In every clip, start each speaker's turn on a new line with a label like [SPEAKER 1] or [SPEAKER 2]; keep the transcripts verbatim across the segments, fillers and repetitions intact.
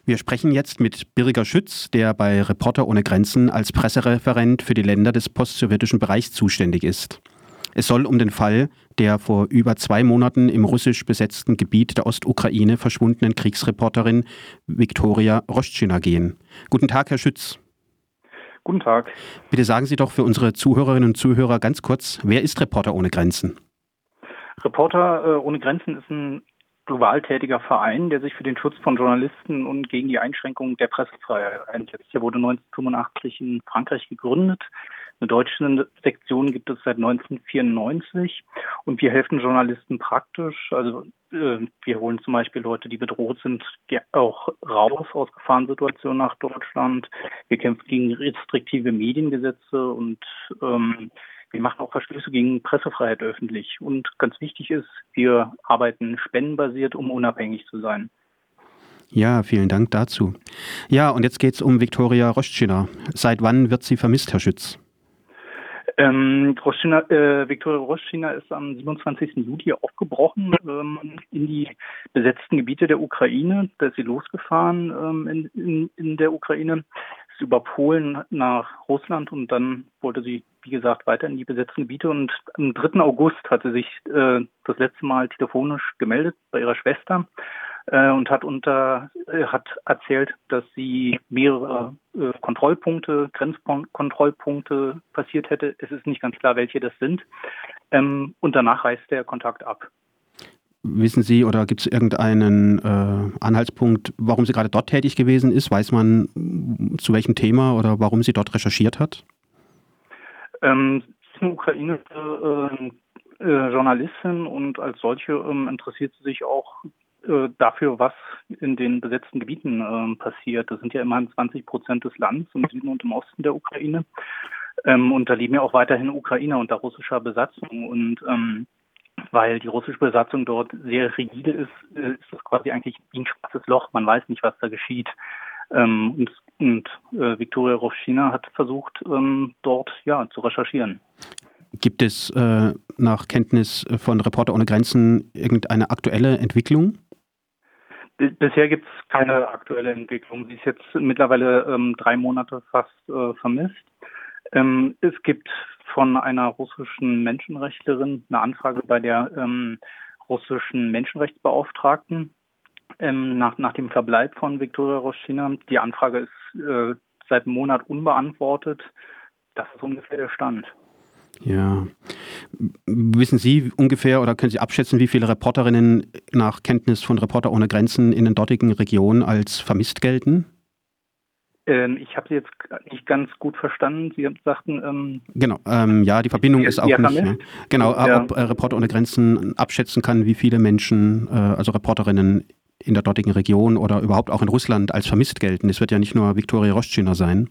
[SPEAKER 1] Wir sprechen jetzt mit Birger Schütz, der bei Reporter ohne Grenzen als Pressereferent für die Länder des postsowjetischen Bereichs zuständig ist. Es soll um den Fall der vor über zwei Monaten im russisch besetzten Gebiet der Ostukraine verschwundenen Kriegsreporterin Viktoria Roschtschina gehen. Guten Tag, Herr Schütz.
[SPEAKER 2] Guten Tag.
[SPEAKER 1] Bitte sagen Sie doch für unsere Zuhörerinnen und Zuhörer ganz kurz, wer ist Reporter ohne Grenzen?
[SPEAKER 2] Reporter äh, ohne Grenzen ist ein global tätiger Verein, der sich für den Schutz von Journalisten und gegen die Einschränkung der Pressefreiheit einsetzt. Er wurde neunzehnhundertfünfundachtzig in Frankreich gegründet. Eine deutsche Sektion gibt es seit neunzehnhundertvierundneunzig und wir helfen Journalisten praktisch. Also äh, wir holen zum Beispiel Leute, die bedroht sind, auch raus aus Gefahrensituationen nach Deutschland. Wir kämpfen gegen restriktive Mediengesetze und ähm, wir machen auch Verstöße gegen Pressefreiheit öffentlich. Und ganz wichtig ist, wir arbeiten spendenbasiert, um unabhängig zu sein.
[SPEAKER 1] Ja, vielen Dank dazu. Ja, und jetzt geht es um Viktoria Roschtschina. Seit wann wird sie vermisst, Herr Schütz?
[SPEAKER 2] Ähm, Roschtschina, äh, Viktoria Roschtschina ist am siebenundzwanzigsten Juli aufgebrochen ähm, in die besetzten Gebiete der Ukraine. Da ist sie losgefahren ähm, in, in, in der Ukraine, ist über Polen nach Russland und dann wollte sie, wie gesagt, weiter in die besetzten Gebiete. Und am dritten August hatte sich äh, das letzte Mal telefonisch gemeldet bei ihrer Schwester äh, und hat unter äh, hat erzählt, dass sie mehrere äh, Kontrollpunkte, Grenzkontrollpunkte passiert hätte. Es ist nicht ganz klar, welche das sind. Ähm, und danach reißt der Kontakt ab.
[SPEAKER 1] Wissen Sie oder gibt es irgendeinen äh, Anhaltspunkt, warum sie gerade dort tätig gewesen ist? Weiß man, zu welchem Thema oder warum sie dort recherchiert hat?
[SPEAKER 2] Ähm, sie ist eine ukrainische äh, äh, Journalistin und als solche ähm, interessiert sie sich auch äh, dafür, was in den besetzten Gebieten äh, passiert. Das sind ja immerhin zwanzig Prozent des Landes im Süden und im Osten der Ukraine. Ähm, und da leben ja auch weiterhin Ukrainer unter russischer Besatzung und ähm, weil die russische Besatzung dort sehr rigide ist, ist es quasi eigentlich wie ein schwarzes Loch. Man weiß nicht, was da geschieht. Ähm, und und äh, Viktoria Roschtschina hat versucht, ähm, dort ja zu recherchieren.
[SPEAKER 1] Gibt es äh, nach Kenntnis von Reporter ohne Grenzen irgendeine aktuelle Entwicklung?
[SPEAKER 2] B- Bisher gibt es keine aktuelle Entwicklung. Sie ist jetzt mittlerweile ähm, drei Monate fast äh, vermisst. Ähm, es gibt von einer russischen Menschenrechtlerin eine Anfrage bei der ähm, russischen Menschenrechtsbeauftragten ähm, nach, nach dem Verbleib von Viktoria Roschtschina. Die Anfrage ist äh, seit einem Monat unbeantwortet. Das ist ungefähr der Stand.
[SPEAKER 1] Ja. Wissen Sie ungefähr oder können Sie abschätzen, wie viele Reporterinnen nach Kenntnis von Reporter ohne Grenzen in den dortigen Regionen als vermisst gelten?
[SPEAKER 2] Ähm, ich habe Sie jetzt nicht ganz gut verstanden. Sie sagten... Ähm,
[SPEAKER 1] genau, ähm, ja, die Verbindung ist auch
[SPEAKER 2] ja,
[SPEAKER 1] nicht... Ja. Genau,
[SPEAKER 2] ja.
[SPEAKER 1] ob äh, Reporter ohne Grenzen abschätzen kann, wie viele Menschen, äh, also Reporterinnen in der dortigen Region oder überhaupt auch in Russland als vermisst gelten. Es wird ja nicht nur Viktoria Roschtschina sein.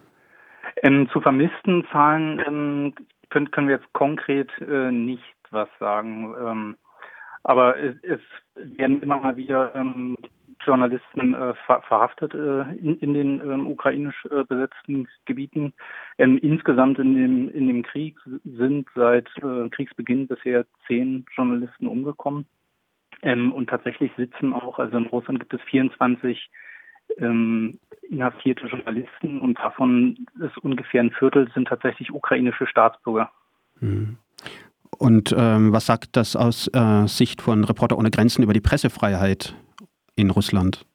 [SPEAKER 2] Ähm, zu vermissten Zahlen ähm, können, können wir jetzt konkret äh, nicht was sagen. Ähm, aber es, es werden immer mal wieder ähm, Journalisten äh, ver verhaftet äh, in, in den ähm, ukrainisch äh, besetzten Gebieten. Ähm, insgesamt in dem, in dem Krieg sind seit äh, Kriegsbeginn bisher zehn Journalisten umgekommen. Ähm, und tatsächlich sitzen auch, also in Russland gibt es vierundzwanzig ähm, inhaftierte Journalisten und davon ist ungefähr ein Viertel sind tatsächlich ukrainische Staatsbürger.
[SPEAKER 1] Mhm. Und ähm, was sagt das aus äh, Sicht von Reporter ohne Grenzen über die Pressefreiheit in Russland?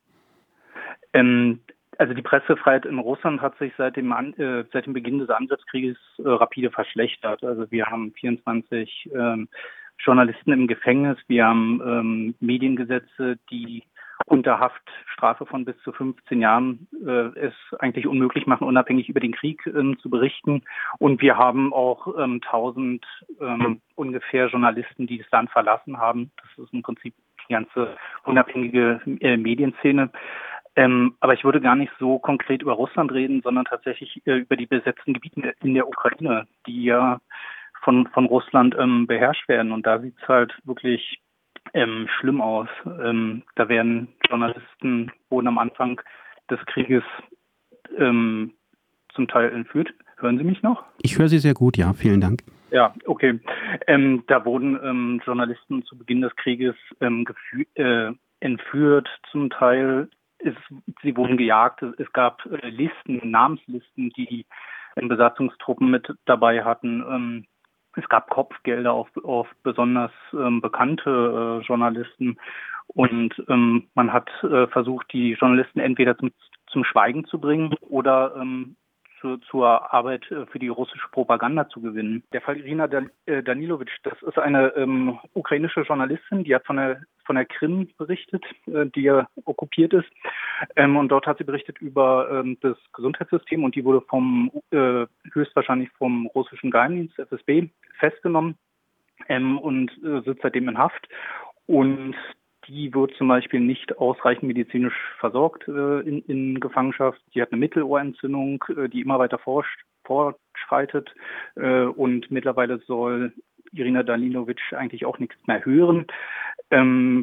[SPEAKER 2] Ähm, also die Pressefreiheit in Russland hat sich seit dem, An äh, seit dem Beginn des Angriffskrieges äh, rapide verschlechtert. Also wir haben vierundzwanzig ähm, Journalisten im Gefängnis, wir haben ähm, Mediengesetze, die unter Haftstrafe von bis zu fünfzehn Jahren äh, es eigentlich unmöglich machen, unabhängig über den Krieg ähm, zu berichten. Und wir haben auch ähm, tausend ähm, ungefähr Journalisten, die das Land verlassen haben. Das ist im Prinzip die ganze unabhängige äh, Medienszene. Ähm, aber ich würde gar nicht so konkret über Russland reden, sondern tatsächlich äh, über die besetzten Gebiete in der Ukraine, die ja von, von Russland ähm, beherrscht werden. Und da sieht es halt wirklich ähm, schlimm aus. Ähm, da werden Journalisten, wurden am Anfang des Krieges ähm, zum Teil entführt. Hören Sie mich noch?
[SPEAKER 1] Ich höre Sie sehr gut, ja, vielen Dank.
[SPEAKER 2] Ja, okay. Ähm, da wurden ähm, Journalisten zu Beginn des Krieges ähm, gefü- äh, entführt, zum Teil es, sie wurden gejagt. Es gab äh, Listen, Namenslisten, die die Besatzungstruppen mit dabei hatten. Ähm, es gab Kopfgelder auf, auf besonders ähm, bekannte äh, Journalisten. Und ähm, man hat äh, versucht, die Journalisten entweder zum, zum Schweigen zu bringen oder ähm, zu, zur Arbeit äh, für die russische Propaganda zu gewinnen. Der Fall Irina Dan- äh, Danilovic, das ist eine ähm, ukrainische Journalistin, die hat von der von der Krim berichtet, äh, die ja okkupiert ist. Ähm, und dort hat sie berichtet über ähm, das Gesundheitssystem und die wurde vom äh, höchstwahrscheinlich vom russischen Geheimdienst F S B festgenommen ähm, und äh, sitzt seitdem in Haft. Und die wird zum Beispiel nicht ausreichend medizinisch versorgt äh, in, in Gefangenschaft. Die hat eine Mittelohrentzündung, äh, die immer weiter forsch, fortschreitet. Äh, und mittlerweile soll Irina Danilovic eigentlich auch nichts mehr hören. Ähm,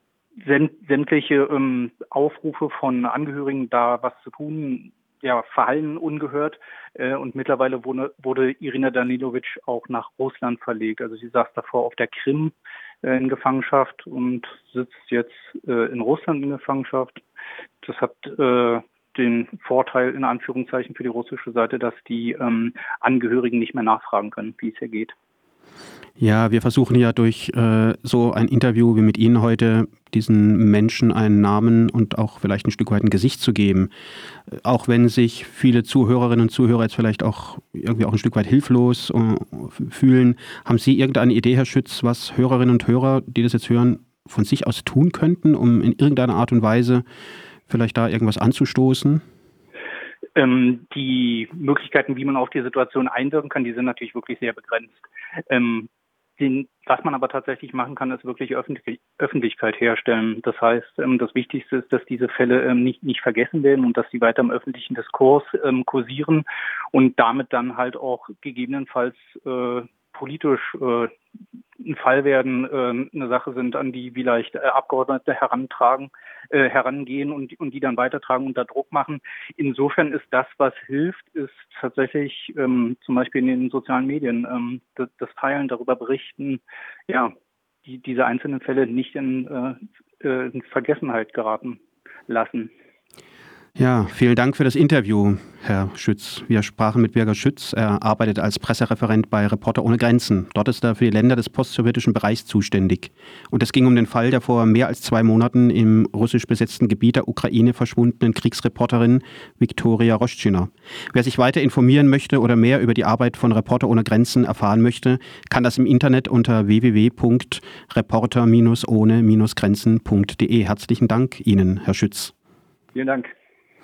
[SPEAKER 2] sämtliche ähm, Aufrufe von Angehörigen, da was zu tun, ja, verhallen ungehört. Äh, und mittlerweile wurde, wurde Irina Danilovic auch nach Russland verlegt. Also sie saß davor auf der Krim äh, in Gefangenschaft und sitzt jetzt äh, in Russland in Gefangenschaft. Das hat äh, den Vorteil in Anführungszeichen für die russische Seite, dass die ähm, Angehörigen nicht mehr nachfragen können, wie es hier geht.
[SPEAKER 1] Ja, wir versuchen ja durch äh, so ein Interview wie mit Ihnen heute diesen Menschen einen Namen und auch vielleicht ein Stück weit ein Gesicht zu geben. Äh, auch wenn sich viele Zuhörerinnen und Zuhörer jetzt vielleicht auch irgendwie auch ein Stück weit hilflos äh, fühlen. Haben Sie irgendeine Idee, Herr Schütz, was Hörerinnen und Hörer, die das jetzt hören, von sich aus tun könnten, um in irgendeiner Art und Weise vielleicht da irgendwas anzustoßen?
[SPEAKER 2] Ähm, die Möglichkeiten, wie man auf die Situation einwirken kann, die sind natürlich wirklich sehr begrenzt. Ähm, den, was man aber tatsächlich machen kann, ist wirklich Öffentlich- Öffentlichkeit herstellen. Das heißt, ähm, das Wichtigste ist, dass diese Fälle ähm, nicht, nicht vergessen werden und dass sie weiter im öffentlichen Diskurs ähm, kursieren und damit dann halt auch gegebenenfalls äh, politisch äh, ein Fall werden, äh, eine Sache sind, an die vielleicht äh, Abgeordnete herantragen, äh, herangehen und, und die dann weitertragen, unter Druck machen. Insofern ist das, was hilft, ist tatsächlich ähm, zum Beispiel in den sozialen Medien ähm, das, das Teilen, darüber berichten, ja, die diese einzelnen Fälle nicht in, äh, in Vergessenheit geraten lassen.
[SPEAKER 1] Ja, vielen Dank für das Interview, Herr Schütz. Wir sprachen mit Birger Schütz. Er arbeitet als Pressereferent bei Reporter ohne Grenzen. Dort ist er für die Länder des postsowjetischen Bereichs zuständig. Und es ging um den Fall der vor mehr als zwei Monaten im russisch besetzten Gebiet der Ukraine verschwundenen Kriegsreporterin Viktoria Roschina. Wer sich weiter informieren möchte oder mehr über die Arbeit von Reporter ohne Grenzen erfahren möchte, kann das im Internet unter w w w punkt reporter ohne grenzen punkt d e. Herzlichen Dank Ihnen, Herr Schütz.
[SPEAKER 2] Vielen Dank.